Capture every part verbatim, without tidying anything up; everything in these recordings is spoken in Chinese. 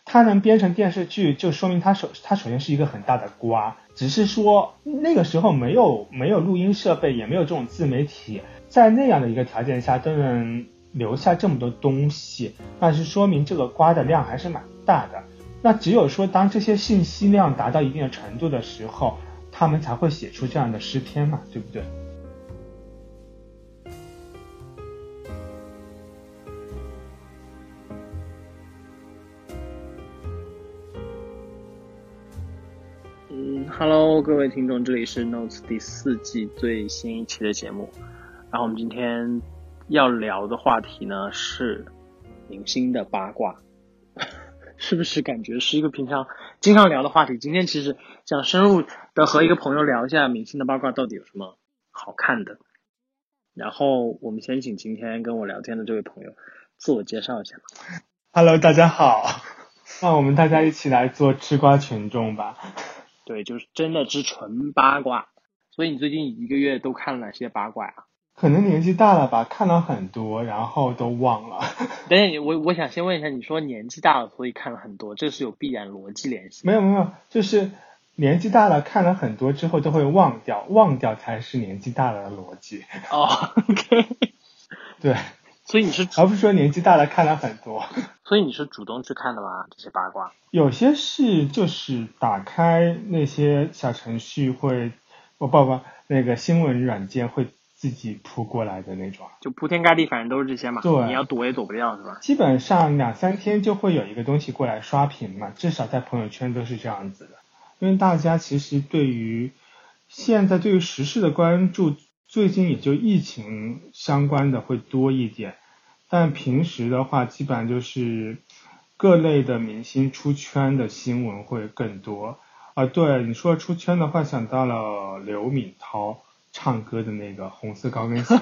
它能编成电视剧，就说明它首它首先是一个很大的瓜，只是说那个时候没有没有录音设备，也没有这种自媒体，在那样的一个条件下都能留下这么多东西，那是说明这个瓜的量还是蛮大的。那只有说当这些信息量达到一定的程度的时候，他们才会写出这样的诗篇嘛，对不对？ 嗯 ，Hello， 各位听众，这里是 Notes 第四季最新一期的节目。然后我们今天要聊的话题呢是明星的八卦，是不是感觉是一个平常经常聊的话题？今天其实想深入的和一个朋友聊一下明星的八卦到底有什么好看的。然后我们先请今天跟我聊天的这位朋友自我介绍一下。 Hello， 大家好，那我们大家一起来做吃瓜群众吧。 对，就是真的是纯八卦。所以你最近一个月都看了哪些八卦呀？ 可能年纪大了吧，看了很多，然后都忘了。 等下，我我想先问一下，你说年纪大了，所以看了很多，这是有必然逻辑联系？ 没有没有，就是年纪大了看了很多之后都会忘掉，忘掉才是年纪大了的逻辑。 哦、oh, ，OK， 对， 所以你是， 而不是说年纪大了看了很多。 所以你是主动去看的吗？这些八卦？ 有些是就是打开那些小程序会，我不不那个新闻软件会自己扑过来的那种， 就铺天盖地，反正都是这些嘛。 对， 你要躲也躲不掉，是吧？ 基本上两三天就会有一个东西过来刷屏嘛，至少在朋友圈都是这样子的。因为大家其实对于现在对于时事的关注，最近也就疫情相关的会多一点，但平时的话，基本上就是各类的明星出圈的新闻会更多。啊，对，你说出圈的话，想到了刘敏涛唱歌的那个红色高跟鞋。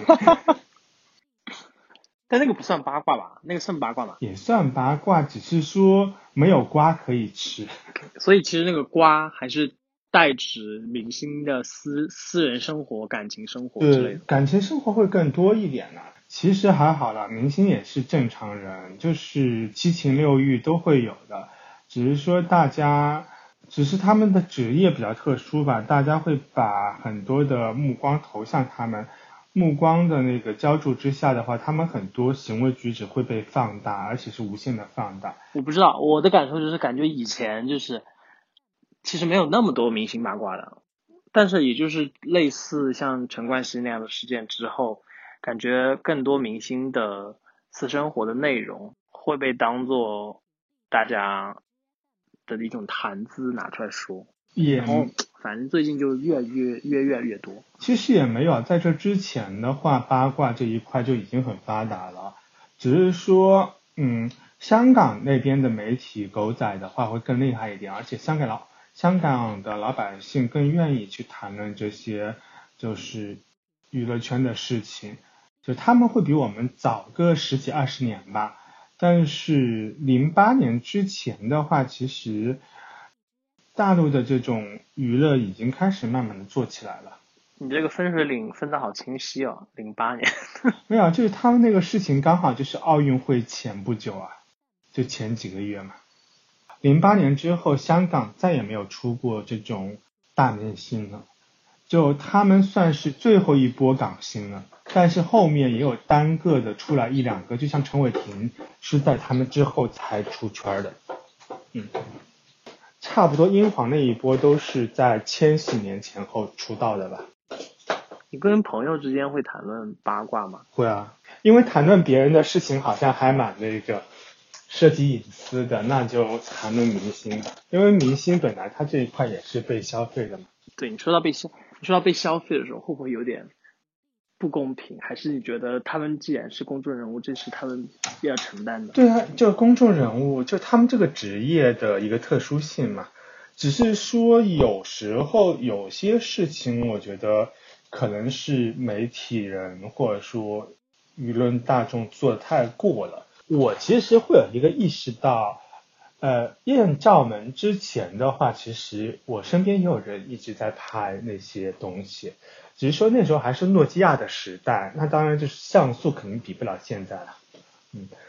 但那个不算八卦吧？那个算八卦吗？ 也算八卦，只是说没有瓜可以吃。 所以其实那个瓜还是代指明星的私私人生活、感情生活之类的。 对，感情生活会更多一点呢、啊。其实还好啦，明星也是正常人，就是七情六欲都会有的，只是说大家，只是他们的职业比较特殊吧，大家会把很多的目光投向他们。目光的那个浇筑之下的话，他们很多行为举止会被放大，而且是无限的放大。 我不知道，我的感受就是感觉以前就是其实没有那么多明星八卦的，但是也就是类似像陈冠希那样的事件之后，感觉更多明星的私生活的内容会被当做大家的一种谈资拿出来说。 也然后反正最近就越越越越越多。 其实也没有，在这之前的话，八卦这一块就已经很发达了，只是说，嗯，香港那边的媒体狗仔的话会更厉害一点，而且香港老香港的老百姓更愿意去谈论这些就是娱乐圈的事情，就他们会比我们早个十几二十年吧。但是零八年之前的话，其实大陆的这种娱乐已经开始慢慢的做起来了。 你这个分水岭分得好清晰哦，零八年。 没有，就是他们那个事情刚好就是奥运会前不久啊，就前几个月嘛。零八年之后，香港再也没有出过这种大明星了，就他们算是最后一波港星了。但是后面也有单个的出来一两个，就像陈伟霆是在他们之后才出圈的。嗯。差不多英皇那一波都是在千禧年前后出道的吧。 你跟朋友之间会谈论八卦吗？ 会啊，因为谈论别人的事情好像还蛮那个涉及隐私的，那就谈论明星吧，因为明星本来他这一块也是被消费的嘛。 对，你说到被消，你说到被消费的时候，会不会有点不公平？还是你觉得他们既然是公众人物，这是他们要承担的？ 对啊，就公众人物，就他们这个职业的一个特殊性嘛。只是说有时候有些事情，我觉得可能是媒体人或者说舆论大众做的太过了。我其实会有一个意识到，呃，艳照门之前的话，其实我身边也有人一直在拍那些东西，只是说那时候还是诺基亚的时代，那当然就是像素肯定比不了现在了。嗯，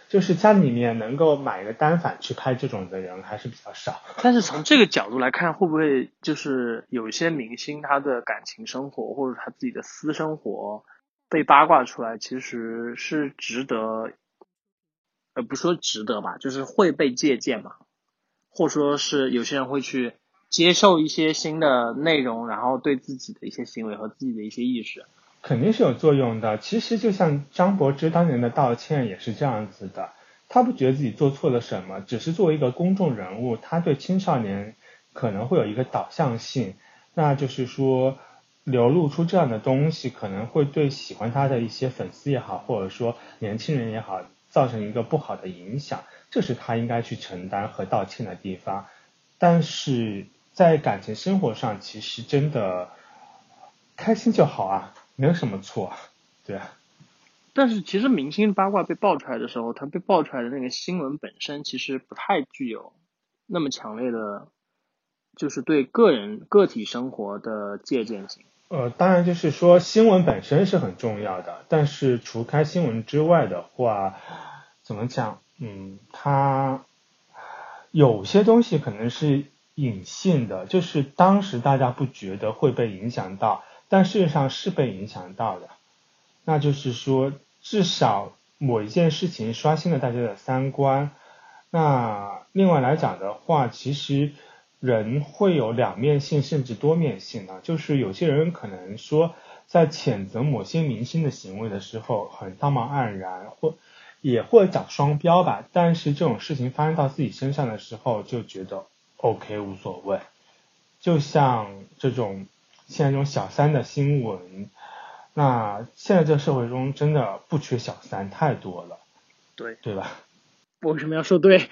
就是家里面能够买个单反去拍这种的人还是比较少。 但是从这个角度来看，会不会就是有一些明星他的感情生活或者他自己的私生活被八卦出来，其实是值得，呃，不说值得吧，就是会被借鉴嘛，或者说是有些人会去接受一些新的内容，然后对自己的一些行为和自己的一些意识。 肯定是有作用的。其实就像张柏芝当年的道歉也是这样子的，他不觉得自己做错了什么，只是作为一个公众人物，他对青少年可能会有一个导向性，那就是说流露出这样的东西可能会对喜欢他的一些粉丝也好，或者说年轻人也好，造成一个不好的影响，这是他应该去承担和道歉的地方。但是在感情生活上，其实真的开心就好啊，没有什么错，对啊。 但是其实明星八卦被爆出来的时候，它被爆出来的那个新闻本身其实不太具有那么强烈的，就是对个人个体生活的借鉴性。 呃，当然就是说新闻本身是很重要的，但是除开新闻之外的话，怎么讲？嗯，它有些东西可能是隐性的，就是当时大家不觉得会被影响到，但事实上是被影响到的。那就是说，至少某一件事情刷新了大家的三观。那另外来讲的话，其实人会有两面性甚至多面性的，就是有些人可能说在谴责某些明星的行为的时候很道貌岸然，或也会找双标吧，但是这种事情发生到自己身上的时候就觉得 OK 无所谓。就像这种现在这种小三的新闻，那现在这个社会中真的不缺小三，太多了， 对对吧？ 我为什么要说对？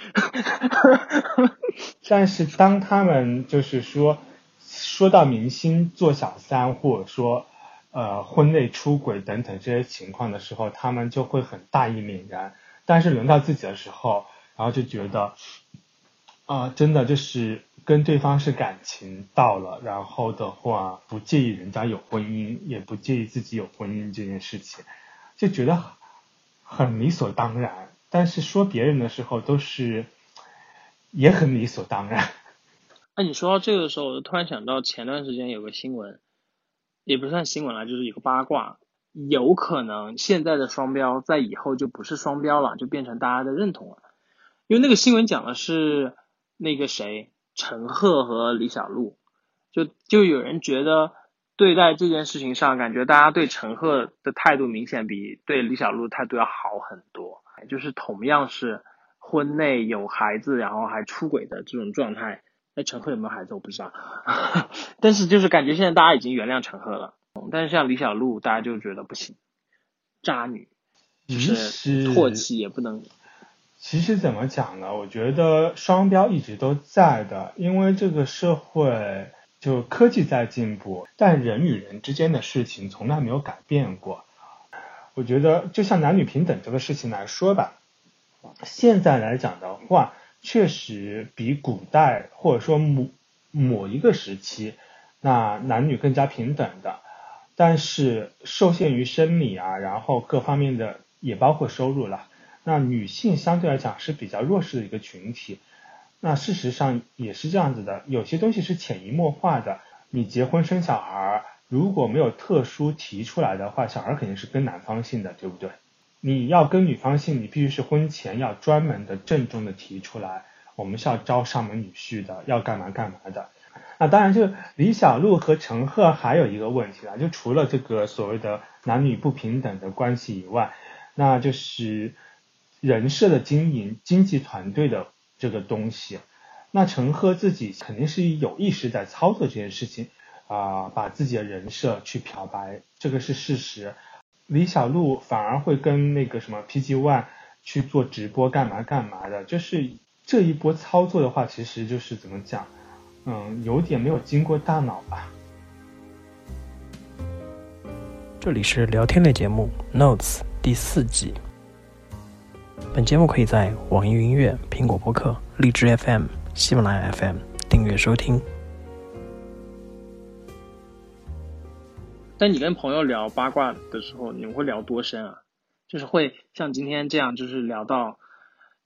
但是当他们就是说说到明星做小三，或者说呃婚内出轨等等这些情况的时候，他们就会很大义凛然。但是轮到自己的时候，然后就觉得啊、呃，真的就是跟对方是感情到了，然后的话不介意人家有婚姻，也不介意自己有婚姻这件事情，就觉得很理所当然。但是说别人的时候都是也很理所当然。 哎、啊，你说到这个的时候，我就突然想到前段时间有个新闻，也不算新闻啦，就是有个八卦，有可能现在的双标在以后就不是双标了，就变成大家的认同了。因为那个新闻讲的是那个谁，陈赫和李小璐，就就有人觉得对待这件事情上，感觉大家对陈赫的态度明显比对李小璐的态度要好很多，就是同样是婚内有孩子，然后还出轨的这种状态。哎，陈赫有没有孩子我不知道，但是就是感觉现在大家已经原谅陈赫了，但是像李小璐，大家就觉得不行，渣女，就是唾弃也不能。 其实怎么讲呢？我觉得双标一直都在的，因为这个社会就科技在进步，但人与人之间的事情从来没有改变过。我觉得就像男女平等这个事情来说吧，现在来讲的话，确实比古代或者说某某一个时期，那男女更加平等的，但是受限于生理啊，然后各方面的也包括收入了。那女性相对来讲是比较弱势的一个群体，那事实上也是这样子的，有些东西是潜移默化的。你结婚生小孩，如果没有特殊提出来的话，小孩肯定是跟男方姓的，对不对？你要跟女方姓，你必须是婚前要专门的郑重的提出来，我们是要招上门女婿的，要干嘛干嘛的。那当然，就李小璐和陈赫还有一个问题啦，就除了这个所谓的男女不平等的关系以外，那就是人设的经营、经纪团队的这个东西。那陈赫自己肯定是有意识在操作这件事情啊、呃，把自己的人设去漂白，这个是事实。李小璐反而会跟那个什么 P G One 去做直播干嘛干嘛的，就是这一波操作的话，其实就是怎么讲，嗯，有点没有经过大脑吧。 这里是聊天类节目 Notes 第四季。本节目可以在网易云音乐、苹果播客、荔枝 F M、喜马拉雅 F M 订阅收听。 但你跟朋友聊八卦的时候，你们会聊多深啊？就是会像今天这样，就是聊到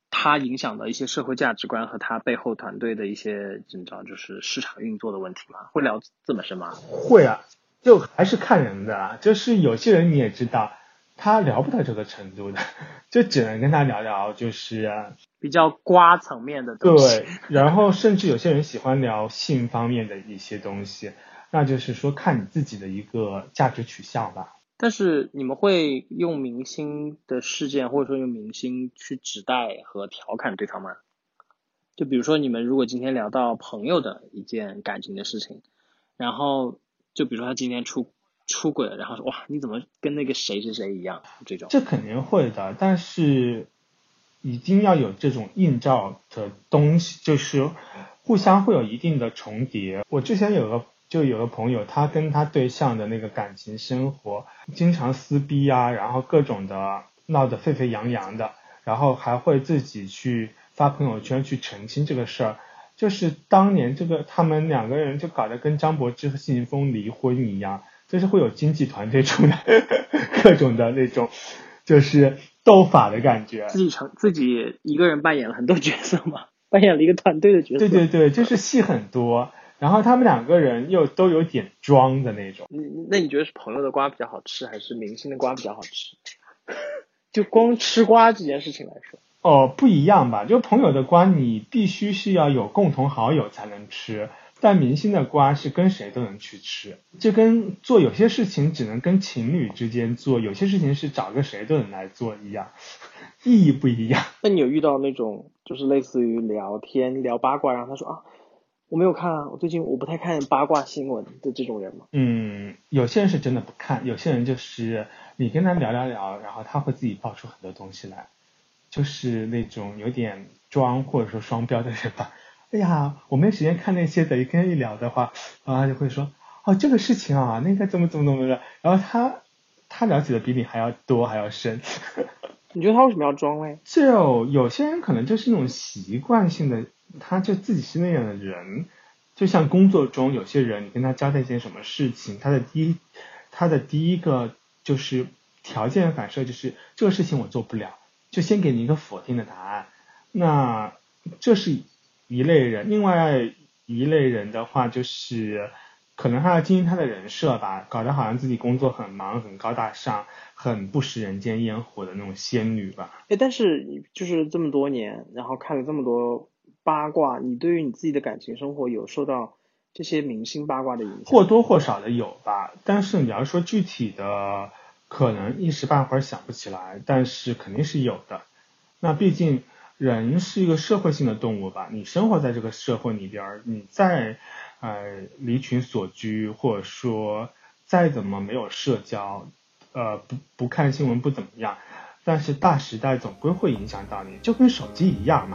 它影响的一些社会价值观和它背后团队的一些你知道就是市场运作的问题吗？会聊这么深吗？ 会啊，就还是看人的啊，就是有些人你也知道他聊不到这个程度的，就只能跟他聊聊就是比较瓜层面的东西。 对，然后甚至有些人喜欢聊性方面的一些东西，那就是说看你自己的一个价值取向吧。 但是你们会用明星的事件或者说用明星去指代和调侃对方吗？就比如说你们如果今天聊到朋友的一件感情的事情，然后就比如说他今天出出轨了，然后说哇你怎么跟那个谁谁谁一样，这种。 这肯定会的，但是一定要有这种映照的东西，就是互相会有一定的重叠。我之前有个就有个朋友，他跟他对象的那个感情生活经常撕逼啊，然后各种的闹得沸沸扬扬的，然后还会自己去发朋友圈去澄清这个事儿。就是当年这个他们两个人就搞得跟张柏芝和谢霆锋离婚一样，就是会有经纪团队出来各种的那种就是斗法的感觉。 自己成自己一个人扮演了很多角色嘛，扮演了一个团队的角色。 对对对，就是戏很多，然后他们两个人又都有点装的那种。 那你觉得是朋友的瓜比较好吃，还是明星的瓜比较好吃？就光吃瓜这件事情来说。 哦，不一样吧？就朋友的瓜，你必须是要有共同好友才能吃，但明星的瓜是跟谁都能去吃。就跟做有些事情只能跟情侣之间做，有些事情是找个谁都能来做一样，意义不一样。 那你有遇到那种就是类似于聊天聊八卦，然后他说啊，我没有看啊，我最近我不太看八卦新闻的这种人吗？ 嗯，有些人是真的不看，有些人就是你跟他聊聊聊，然后他会自己爆出很多东西来。就是那种有点装或者说双标的人吧。哎呀，我没时间看那些的，一跟人一聊的话，啊就会说，哦这个事情啊，那个怎么怎么怎么的，然后他他了解的比你还要多还要深。 你觉得他为什么要装嘞？ 就有些人可能就是那种习惯性的，他就自己是那样的人。就像工作中有些人，你跟他交代一件什么事情，他的第一他的第一个就是条件反射就是这个事情我做不了。就先给你一个否定的答案，那这是一类人。另外一类人的话，就是可能他要经营他的人设吧，搞得好像自己工作很忙、很高大上、很不食人间烟火的那种仙女吧。 哎，但是就是这么多年，然后看了这么多八卦，你对于你自己的感情生活有受到这些明星八卦的影响？ 或多或少的有吧，但是你要说具体的，可能一时半会儿想不起来，但是肯定是有的。那毕竟人是一个社会性的动物吧，你生活在这个社会里边，你再呃离群索居，或者说再怎么没有社交，呃不不看新闻不怎么样，但是大时代总归会影响到你，就跟手机一样嘛。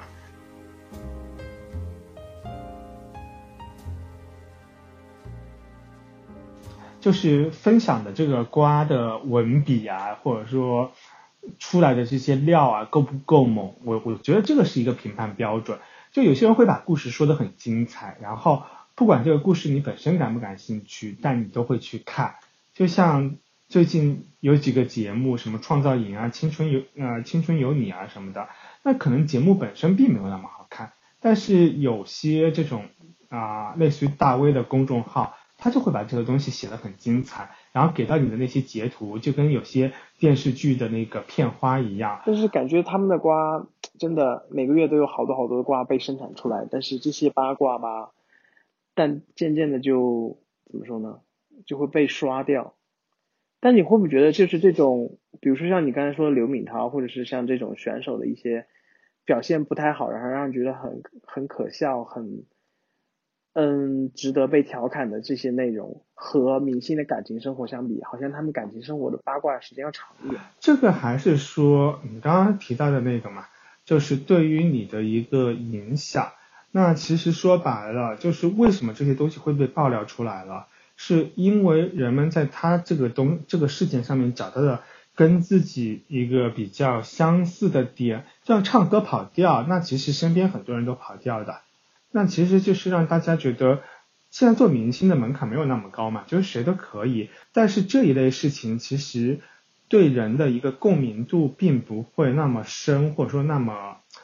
就是分享的这个瓜的文笔啊，或者说出来的这些料啊，够不够猛？我我觉得这个是一个评判标准。就有些人会把故事说得很精彩，然后不管这个故事你本身感不感兴趣，但你都会去看。就像最近有几个节目，什么创造营啊、青春有呃青春有你啊什么的，那可能节目本身并没有那么好看，但是有些这种啊、呃、类似于大 V 的公众号，他就会把这个东西写得很精彩，然后给到你的那些截图就跟有些电视剧的那个片花一样。 但是感觉他们的瓜真的每个月都有好多好多的瓜被生产出来，但是这些八卦吧，但渐渐的就怎么说呢，就会被刷掉。但你会不会觉得就是这种，比如说像你刚才说的刘敏涛，或者是像这种选手的一些表现不太好，然后让人觉得很很可笑，很嗯，值得被调侃的这些内容，和明星的感情生活相比，好像他们感情生活的八卦时间要长一点。 这个还是说你刚刚提到的那个嘛，就是对于你的一个影响。那其实说白了，就是为什么这些东西会被爆料出来了，是因为人们在他这个东这个事件上面找到了跟自己一个比较相似的点。像唱歌跑调，那其实身边很多人都跑调的。那其实就是让大家觉得现在做明星的门槛没有那么高嘛，就是谁都可以。但是这一类事情其实对人的一个共鸣度并不会那么深，或者说那么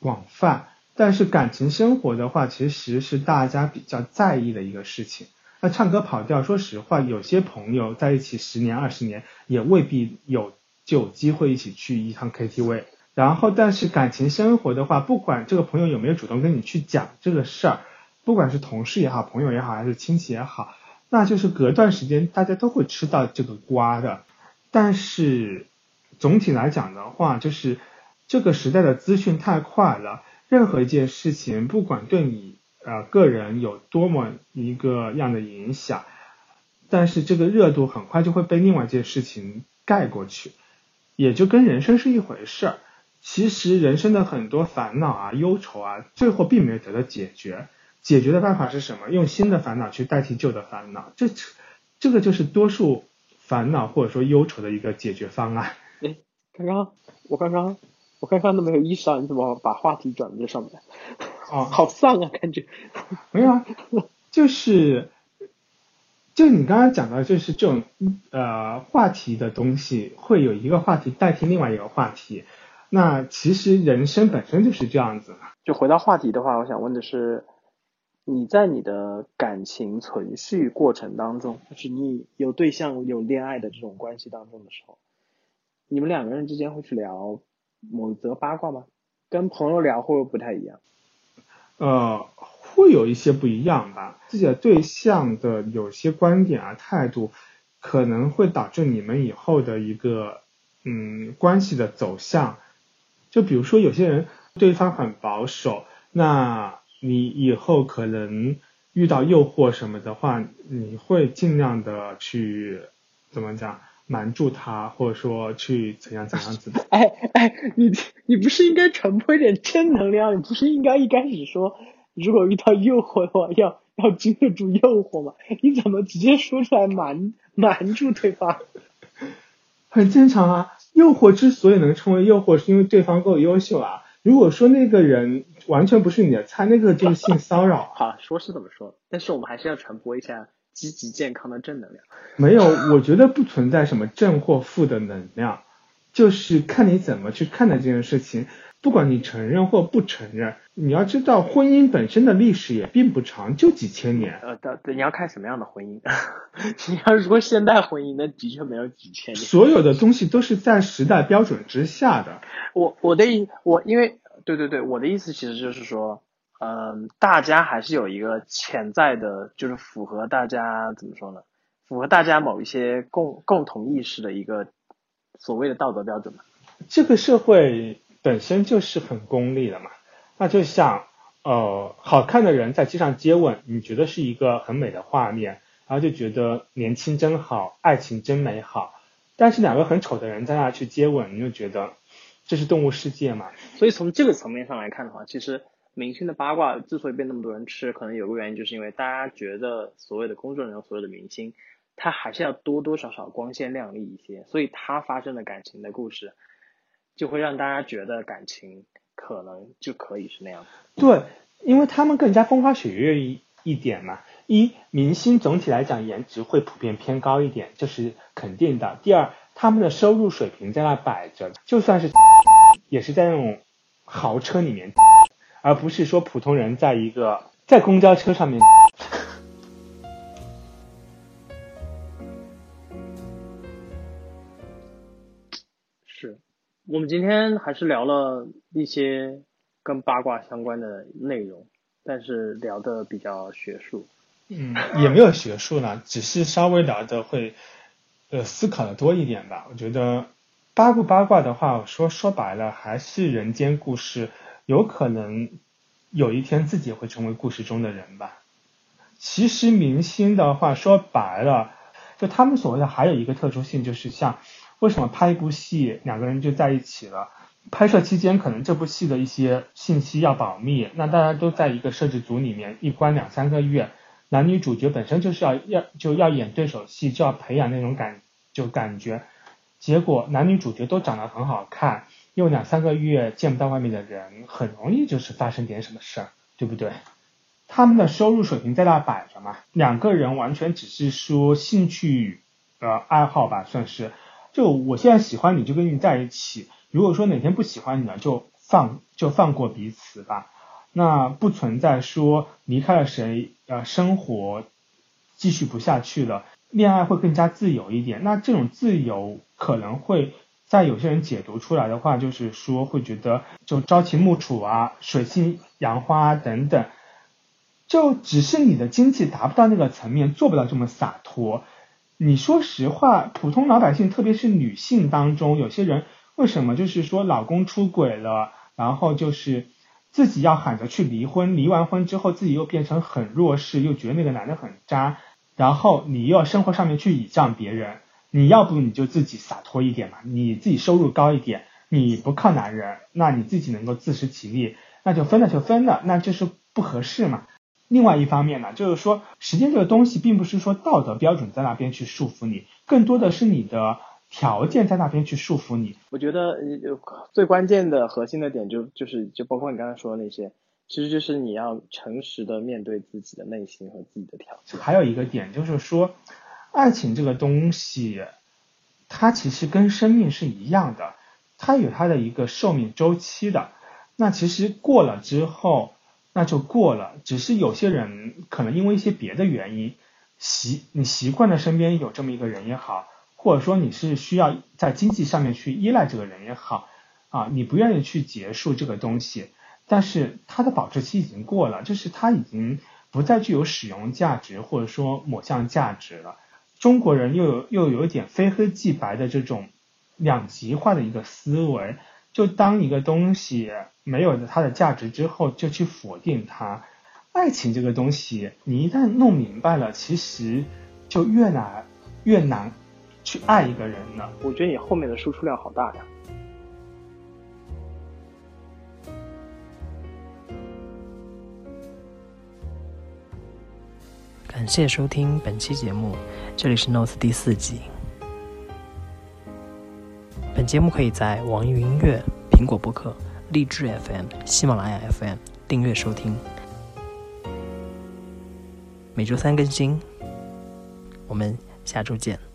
广泛，但是感情生活的话，其实是大家比较在意的一个事情。那唱歌跑调，说实话，有些朋友在一起十年二十年，也未必有就有机会一起去一趟 K T V。然后，但是感情生活的话，不管这个朋友有没有主动跟你去讲这个事儿，不管是同事也好，朋友也好，还是亲戚也好，那就是隔段时间大家都会吃到这个瓜的。但是总体来讲的话，就是这个时代的资讯太快了，任何一件事情，不管对你呃个人有多么一个样的影响，但是这个热度很快就会被另外一件事情盖过去，也就跟人生是一回事儿。其实人生的很多烦恼啊、忧愁啊，最后并没有得到解决。解决的办法是什么？用新的烦恼去代替旧的烦恼，这这个就是多数烦恼或者说忧愁的一个解决方案。 哎，刚刚我刚刚我刚刚都没有意识到你怎么把话题转到这上面。哦，好丧啊，感觉。 没有啊，就是就你刚刚讲到，就是这种呃话题的东西，会有一个话题代替另外一个话题。那其实人生本身就是这样子。 就回到话题的话，我想问的是，你在你的感情存续过程当中，就是你有对象有恋爱的这种关系当中的时候，你们两个人之间会去聊某则八卦吗？跟朋友聊会不会不太一样？ 呃，会有一些不一样吧。自己的对象的有些观点啊、态度，可能会导致你们以后的一个嗯关系的走向。就比如说有些人对方很保守，那你以后可能遇到诱惑什么的话，你会尽量的去怎么讲瞒住他，或者说去怎样怎样子的。 哎哎，你你不是应该传播一点正能量？你不是应该一开始说，如果遇到诱惑的话，要要经得住诱惑吗？你怎么直接说出来瞒瞒住对方？ 很正常啊，诱惑之所以能成为诱惑，是因为对方够优秀啊。如果说那个人完全不是你的菜，那个就是性骚扰。 好，说是这么说，但是我们还是要传播一下积极健康的正能量。 没有，我觉得不存在什么正或负的能量，就是看你怎么去看待这件事情。不管你承认或不承认，你要知道婚姻本身的历史也并不长，就几千年。 呃，对，你要看什么样的婚姻。你要说现代婚姻，那的确没有几千年。 所有的东西都是在时代标准之下的。 我我的意我因为对对对，我的意思其实就是说，嗯、呃，大家还是有一个潜在的，就是符合大家怎么说呢？符合大家某一些共共同意识的一个所谓的道德标准嘛。 这个社会本身就是很功利的嘛，那就像呃好看的人在街上接吻，你觉得是一个很美的画面，然后就觉得年轻真好，爱情真美好。但是两个很丑的人在那去接吻，你就觉得这是动物世界嘛。 所以从这个层面上来看的话，其实明星的八卦之所以被那么多人吃，可能有个原因就是因为大家觉得所谓的公众人物、所谓的明星，他还是要多多少少光鲜亮丽一些，所以他发生的感情的故事就会让大家觉得感情可能就可以是那样子。 对，因为他们更加风花雪月一一点嘛。一，明星总体来讲颜值会普遍偏高一点，这是肯定的。第二，他们的收入水平在那摆着，就算是也是在那种豪车里面，而不是说普通人在一个在公交车上面。 是，我们今天还是聊了一些跟八卦相关的内容，但是聊的比较学术。 嗯，也没有学术呢，只是稍微聊的会呃思考的多一点吧。我觉得八不八卦的话，我说说白了还是人间故事，有可能有一天自己会成为故事中的人吧。其实明星的话说白了，就他们所谓的还有一个特殊性，就是像为什么拍一部戏两个人就在一起了，拍摄期间可能这部戏的一些信息要保密，那大家都在一个摄制组里面一关两三个月，男女主角本身就是要要就要演对手戏，就要培养那种感就感觉，结果男女主角都长得很好看，又两三个月见不到外面的人，很容易就是发生点什么事儿，对不对？他们的收入水平在那摆着嘛，两个人完全只是说兴趣呃爱好吧，算是就我现在喜欢你就跟你在一起，如果说哪天不喜欢你了就放就放过彼此吧。那不存在说离开了谁，呃，生活继续不下去了，恋爱会更加自由一点。那这种自由可能会在有些人解读出来的话，就是说会觉得就朝秦暮楚啊，水性杨花啊等等，就只是你的经济达不到那个层面，做不到这么洒脱。你说实话，普通老百姓，特别是女性当中，有些人为什么就是说老公出轨了，然后就是自己要喊着去离婚，离完婚之后自己又变成很弱势，又觉得那个男的很渣，然后你又要生活上面去倚仗别人，你要不你就自己洒脱一点嘛，你自己收入高一点，你不靠男人，那你自己能够自食其力，那就分了就分了，那就是不合适嘛。另外一方面呢，就是说时间这个东西并不是说道德标准在那边去束缚你，更多的是你的条件在那边去束缚你。 我觉得最关键的核心的点就就是就包括你刚才说的那些，其实就是你要诚实的面对自己的内心和自己的条件。 还有一个点就是说，爱情这个东西它其实跟生命是一样的，它有它的一个寿命周期的，那其实过了之后那就过了，只是有些人可能因为一些别的原因，习你习惯了身边有这么一个人也好，或者说你是需要在经济上面去依赖这个人也好啊，你不愿意去结束这个东西，但是它的保质期已经过了，就是它已经不再具有使用价值或者说某项价值了。中国人又有又有一点非黑即白的这种两极化的一个思维，就当一个东西没有了它的价值之后就去否定它。爱情这个东西你一旦弄明白了，其实就越难越难去爱一个人了。 我觉得你后面的输出量好大呀。 感谢收听本期节目，这里是 Notes 第四季。本节目可以在网易云音乐、苹果播客、荔枝 F M、喜马拉雅 F M 订阅收听，每周三更新。我们下周见。